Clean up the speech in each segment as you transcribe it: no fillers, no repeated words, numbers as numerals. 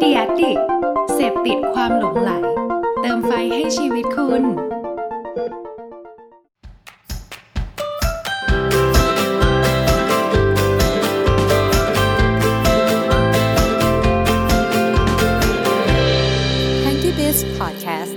เดียดิเสพติดความหลงใหลเติมไฟให้ชีวิตคุณ Podcast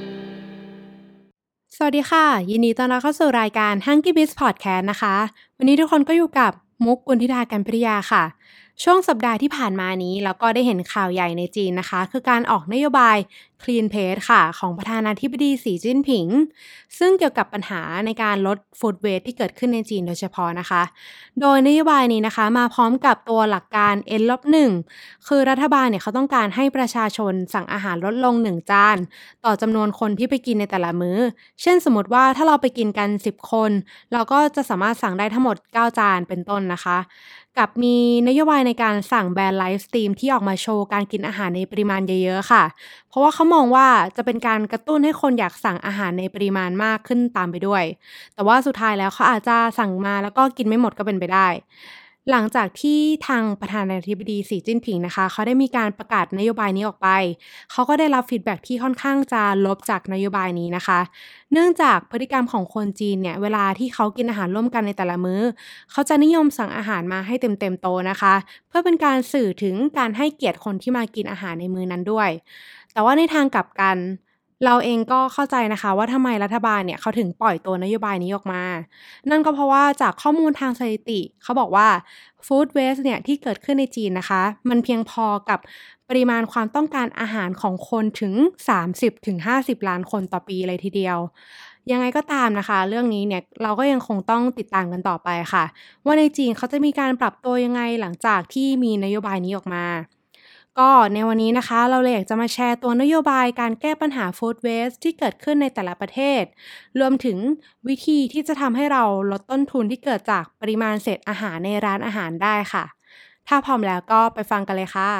สวัสดีค่ะยินดีต้อนรับเข้าสู่รายการ Hunky Biz Podcast นะคะวันนี้ทุกคนก็อยู่กับมุกกุลธิดากันพิริยาค่ะช่วงสัปดาห์ที่ผ่านมานี้เราก็ได้เห็นข่าวใหญ่ในจีนนะคะคือการออกนโยบาย Clean Plate ค่ะของประธานาธิบดีสีจิ้นผิงซึ่งเกี่ยวกับปัญหาในการลด Food Waste ที่เกิดขึ้นในจีนโดยเฉพาะนะคะโดยนโยบายนี้นะคะมาพร้อมกับตัวหลักการ N-1 คือรัฐบาลเนี่ยเขาต้องการให้ประชาชนสั่งอาหารลดลง1จานต่อจำนวนคนที่ไปกินในแต่ละมื้อเช่นสมมติว่าถ้าเราไปกินกัน10คนเราก็จะสามารถสั่งได้ทั้งหมด9จานเป็นต้นนะคะกับมีนโยบายในการสั่งแบรนด์ไลฟ์สตรีมที่ออกมาโชว์การกินอาหารในปริมาณเยอะๆค่ะเพราะว่าเขามองว่าจะเป็นการกระตุ้นให้คนอยากสั่งอาหารในปริมาณมากขึ้นตามไปด้วยแต่ว่าสุดท้ายแล้วเขาอาจจะสั่งมาแล้วก็กินไม่หมดก็เป็นไปได้หลังจากที่ทางประธานาธิบดีสีจิ้นผิงนะคะเขาได้มีการประกาศนโยบายนี้ออกไปเขาก็ได้รับฟีดแบ็กที่ค่อนข้างจะลบจากนโยบายนี้นะคะเนื่องจากพฤติกรรมของคนจีนเนี่ยเวลาที่เขากินอาหารร่วมกันในแต่ละมื้อเขาจะนิยมสั่งอาหารมาให้เต็มโต๊ะนะคะเพื่อเป็นการสื่อถึงการให้เกียรติคนที่มากินอาหารในมื้อนั้นด้วยแต่ว่าในทางกลับกันเราเองก็เข้าใจนะคะว่าทำไมรัฐบาลเนี่ยเขาถึงปล่อยตัวนโยบายนี้ออกมานั่นก็เพราะว่าจากข้อมูลทางสถิติเขาบอกว่า Food Waste เนี่ยที่เกิดขึ้นในจีนนะคะมันเพียงพอกับปริมาณความต้องการอาหารของคนถึง 30-50 ล้านคนต่อปีเลยทีเดียวยังไงก็ตามนะคะเรื่องนี้เนี่ยเราก็ยังคงต้องติดตามกันต่อไปค่ะว่าในจีนเขาจะมีการปรับตัวยังไงหลังจากที่มีนโยบายนี้ออกมาก็ในวันนี้นะคะเราเลยอยากจะมาแชร์ตัวนโยบายการแก้ปัญหา Food Waste ที่เกิดขึ้นในแต่ละประเทศรวมถึงวิธีที่จะทำให้เราลดต้นทุนที่เกิดจากปริมาณเศษอาหารในร้านอาหารได้ค่ะถ้าพร้อมแล้วก็ไปฟังกันเลยค่ะ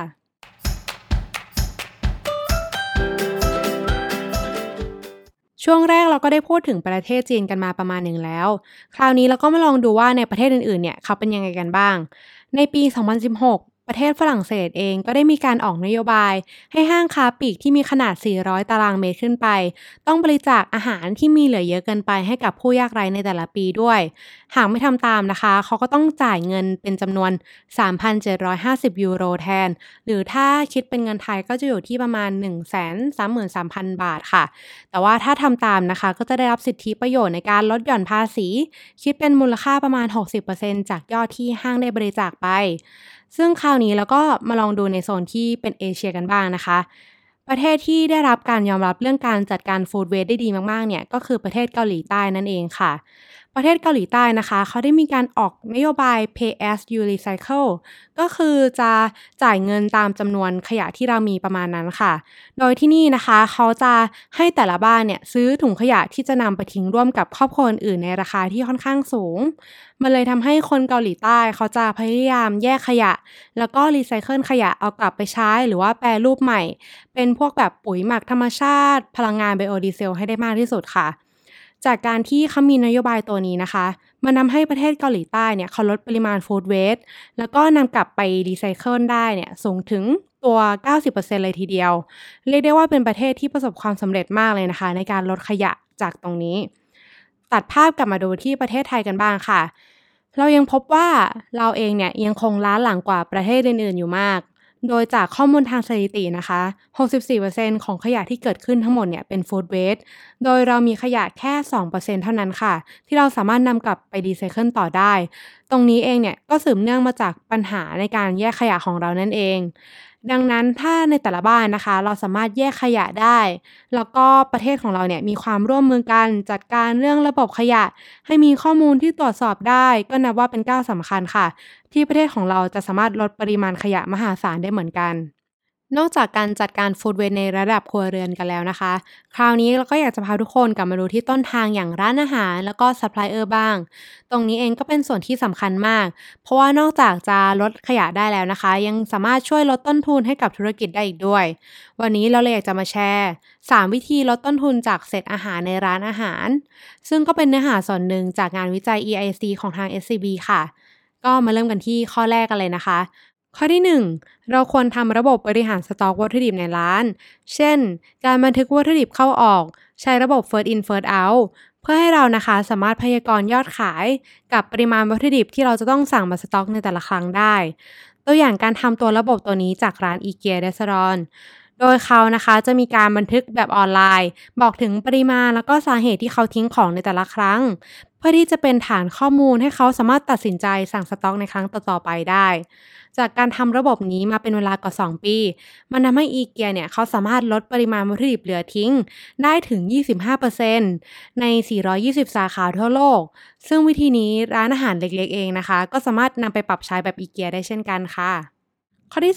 ช่วงแรกเราก็ได้พูดถึงประเทศจีนกันมาประมาณหนึ่งแล้วคราวนี้เราก็มาลองดูว่าในประเทศอื่นๆเนี่ยเขาเป็นยังไงกันบ้างในปี 2016ประเทศฝรั่งเศสเองก็ได้มีการออกนโยบายให้ห้างค้าปลีกที่มีขนาด400ตารางเมตรขึ้นไปต้องบริจาคอาหารที่มีเหลือเยอะเกินไปให้กับผู้ยากไร้ในแต่ละปีด้วยหากไม่ทำตามนะคะเขาก็ต้องจ่ายเงินเป็นจำนวน 3,750 ยูโรแทนหรือถ้าคิดเป็นเงินไทยก็จะอยู่ที่ประมาณ 133,000 บาทค่ะแต่ว่าถ้าทำตามนะคะก็จะได้รับสิทธิประโยชน์ในการลดหย่อนภาษีคิดเป็นมูลค่าประมาณ 60% จากยอดที่ห้างได้บริจาคไปซึ่งคราวนี้เราก็มาลองดูในโซนที่เป็นเอเชียกันบ้างนะคะประเทศที่ได้รับการยอมรับเรื่องการจัดการฟู้ดเวสต์ได้ดีมากๆเนี่ยก็คือประเทศเกาหลีใต้นั่นเองค่ะประเทศเกาหลีใต้นะคะเขาได้มีการออกนโยบาย Pay as you recycle ก็คือจะจ่ายเงินตามจำนวนขยะที่เรามีประมาณนั้นค่ะโดยที่นี่นะคะเขาจะให้แต่ละบ้านเนี่ยซื้อถุงขยะที่จะนำไปทิ้งร่วมกับครอบครัวอื่นในราคาที่ค่อนข้างสูงมันเลยทำให้คนเกาหลีใต้เขาจะพยายามแยกขยะแล้วก็รีไซเคิลขยะเอากลับไปใช้หรือว่าแปรรูปใหม่เป็นพวกแบบปุ๋ยหมักธรรมชาติพลังงานไบโอดีเซลให้ได้มากที่สุดค่ะจากการที่เขามีนโยบายตัวนี้นะคะมันทำให้ประเทศเกาหลีใต้เนี่ยเขาลดปริมาณฟู้ดเวสต์แล้วก็นำกลับไปรีไซเคิลได้เนี่ยสูงถึงตัว 90% เลยทีเดียวเรียกได้ว่าเป็นประเทศที่ประสบความสำเร็จมากเลยนะคะในการลดขยะจากตรงนี้ตัดภาพกลับมาดูที่ประเทศไทยกันบ้างค่ะเรายังพบว่าเราเองเนี่ยยังคงล้าหลังกว่าประเทศอื่นๆอยู่มากโดยจากข้อมูลทางสถิตินะคะ 64% ของขยะที่เกิดขึ้นทั้งหมดเนี่ยเป็นฟู้ดเวสต์โดยเรามีขยะแค่ 2% เท่านั้นค่ะที่เราสามารถนำกลับไปรีไซเคิลต่อได้ตรงนี้เองเนี่ยก็สืบเนื่องมาจากปัญหาในการแยกขยะของเรานั่นเองดังนั้นถ้าในแต่ละบ้านนะคะเราสามารถแยกขยะได้แล้วก็ประเทศของเราเนี่ยมีความร่วมมือกันจัดการเรื่องระบบขยะให้มีข้อมูลที่ตรวจสอบได้ก็นับว่าเป็นก้าวสำคัญค่ะที่ประเทศของเราจะสามารถลดปริมาณขยะมหาศาลได้เหมือนกันนอกจากการจัดการฟู้ดเวสต์ในระดับครัวเรือนกันแล้วนะคะคราวนี้เราก็อยากจะพาทุกคนกลับมาดูที่ต้นทางอย่างร้านอาหารแล้วก็ซัพพลายเออร์บ้างตรงนี้เองก็เป็นส่วนที่สำคัญมากเพราะว่านอกจากจะลดขยะได้แล้วนะคะยังสามารถช่วยลดต้นทุนให้กับธุรกิจได้อีกด้วยวันนี้เราเลยอยากจะมาแชร์3วิธีลดต้นทุนจากเศษอาหารในร้านอาหารซึ่งก็เป็นเนื้อหาส่วนหนึ่งจากงานวิจัย EIC ของทาง SCB ค่ะก็มาเริ่มกันที่ข้อแรกกันเลยนะคะข้อที่1เราควรทำระบบบริหารสต็อกวัตถุดิบในร้าน เช่น การบันทึกวัตถุดิบเข้าออก ใช้ระบบ First in First out เพื่อให้เรานะคะสามารถพยากรณ์ยอดขายกับปริมาณวัตถุดิบที่เราจะต้องสั่งมาสต็อกในแต่ละครั้งได้ ตัวอย่างการทำตัวระบบตัวนี้จากร้าน IKEA Restaurant โดยเขานะคะจะมีการบันทึกแบบออนไลน์บอกถึงปริมาณแล้วก็สาเหตุที่เขาทิ้งของในแต่ละครั้งเพื่อที่จะเป็นฐานข้อมูลให้เขาสามารถตัดสินใจสั่งสต็อกในครั้งต่อๆไปได้จากการทำระบบนี้มาเป็นเวลากว่า2ปีมันทำให้อีเกียเนี่ยเขาสามารถลดปริมาณวัตถุดิบเหลือทิ้งได้ถึง 25% ใน420 สาขาทั่วโลกซึ่งวิธีนี้ร้านอาหารเล็กๆเองนะคะก็สามารถนำไปปรับใช้แบบอีเกียได้เช่นกันค่ะข้อที่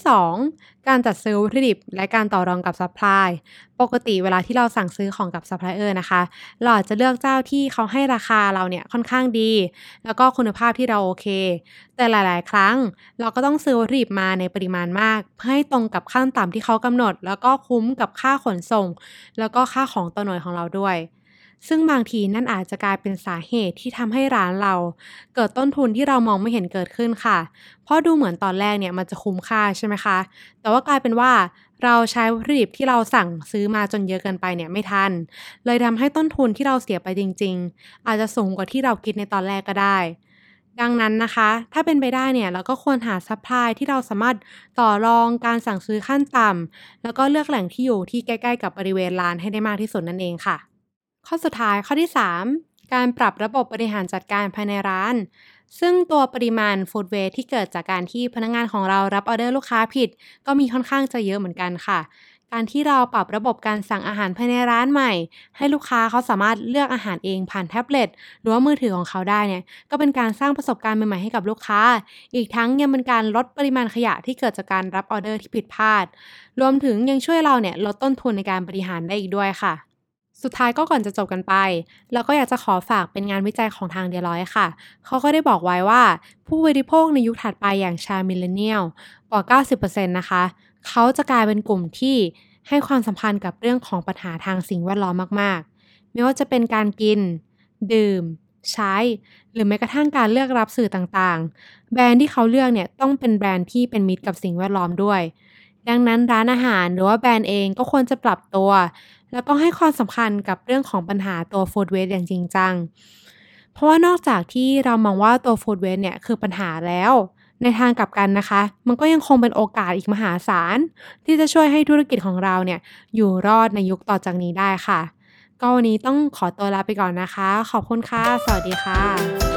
2การจัดซื้อวัตถุดิบและการต่อรองกับซัพพลายปกติเวลาที่เราสั่งซื้อของกับซัพพลายเออร์นะคะเราอาจจะเลือกเจ้าที่เขาให้ราคาเราเนี่ยค่อนข้างดีแล้วก็คุณภาพที่เราโอเคแต่หลายๆครั้งเราก็ต้องซื้อวัตถุดิบมาในปริมาณมากเพื่อให้ตรงกับขั้นต่ำที่เขากำหนดแล้วก็คุ้มกับค่าขนส่งแล้วก็ค่าของต่อหน่วยของเราด้วยซึ่งบางทีนั่นอาจจะกลายเป็นสาเหตุที่ทำให้ร้านเราเกิดต้นทุนที่เรามองไม่เห็นเกิดขึ้นค่ะเพราะดูเหมือนตอนแรกเนี่ยมันจะคุ้มค่าใช่ไหมคะแต่ว่ากลายเป็นว่าเราใช้วัตถุดิบที่เราสั่งซื้อมาจนเยอะเกินไปเนี่ยไม่ทันเลยทำให้ต้นทุนที่เราเสียไปจริงๆอาจจะสูงกว่าที่เราคิดในตอนแรกก็ได้ดังนั้นนะคะถ้าเป็นไปได้เนี่ยเราก็ควรหาซัพพลายที่เราสามารถต่อรองการสั่งซื้อขั้นต่ำแล้วก็เลือกแหล่งที่อยู่ที่ใกล้ๆกับบริเวณร้านให้ได้มากที่สุดนั่นเองค่ะ ข้อสุดท้ายข้อที่3การปรับระบบบริหารจัดการภายในร้านซึ่งตัวปริมาณฟู้ดเวสต์ที่เกิดจากการที่พนักงานของเรารับออเดอร์ลูกค้าผิดก็มีค่อนข้างจะเยอะเหมือนกันค่ะการที่เราปรับระบบการสั่งอาหารภายในร้านใหม่ให้ลูกค้าเขาสามารถเลือกอาหารเองผ่านแท็บเล็ตหรือว่ามือถือของเขาได้เนี่ยก็เป็นการสร้างประสบการณ์ใหม่ๆให้กับลูกค้าอีกทั้งยังเป็นการลดปริมาณขยะที่เกิดจากการรับออเดอร์ที่ผิดพลาดรวมถึงยังช่วยเราเนี่ยลดต้นทุนในการบริหารได้อีกด้วยค่ะ สุดท้ายก็ก่อนจะจบกันไปเราก็อยากจะขอฝากเป็นงานวิจัยของทาง Deloitte ค่ะเขาก็ได้บอกไว้ว่าผู้บริโภคในยุคถัดไปอย่างชาวมิลเลนเนียลกว่า 90% นะคะเขาจะกลายเป็นกลุ่มที่ให้ความสำคัญกับเรื่องของปัญหาทางสิ่งแวดล้อมมากๆไม่ว่าจะเป็นการกินดื่มใช้หรือแม้กระทั่งการเลือกรับสื่อต่างๆแบรนด์ที่เขาเลือกเนี่ยต้องเป็นแบรนด์ที่เป็นมิตรกับสิ่งแวดล้อมด้วยดังนั้นร้านอาหารหรือว่าแบรนด์เองก็ควรจะปรับตัว แล้วก็ให้ความสำคัญกับเรื่องของปัญหาตัว Food Waste อย่างจริงจัง เพราะว่านอกจากที่เรามองว่าตัว Food Waste เนี่ยคือปัญหาแล้ว ในทางกลับกันนะคะ มันก็ยังคงเป็นโอกาสอีกมหาศาลที่จะช่วยให้ธุรกิจของเราเนี่ยอยู่รอดในยุคต่อจากนี้ได้ค่ะ ก็วันนี้ต้องขอตัวลาไปก่อนนะคะ ขอบคุณค่ะ สวัสดีค่ะ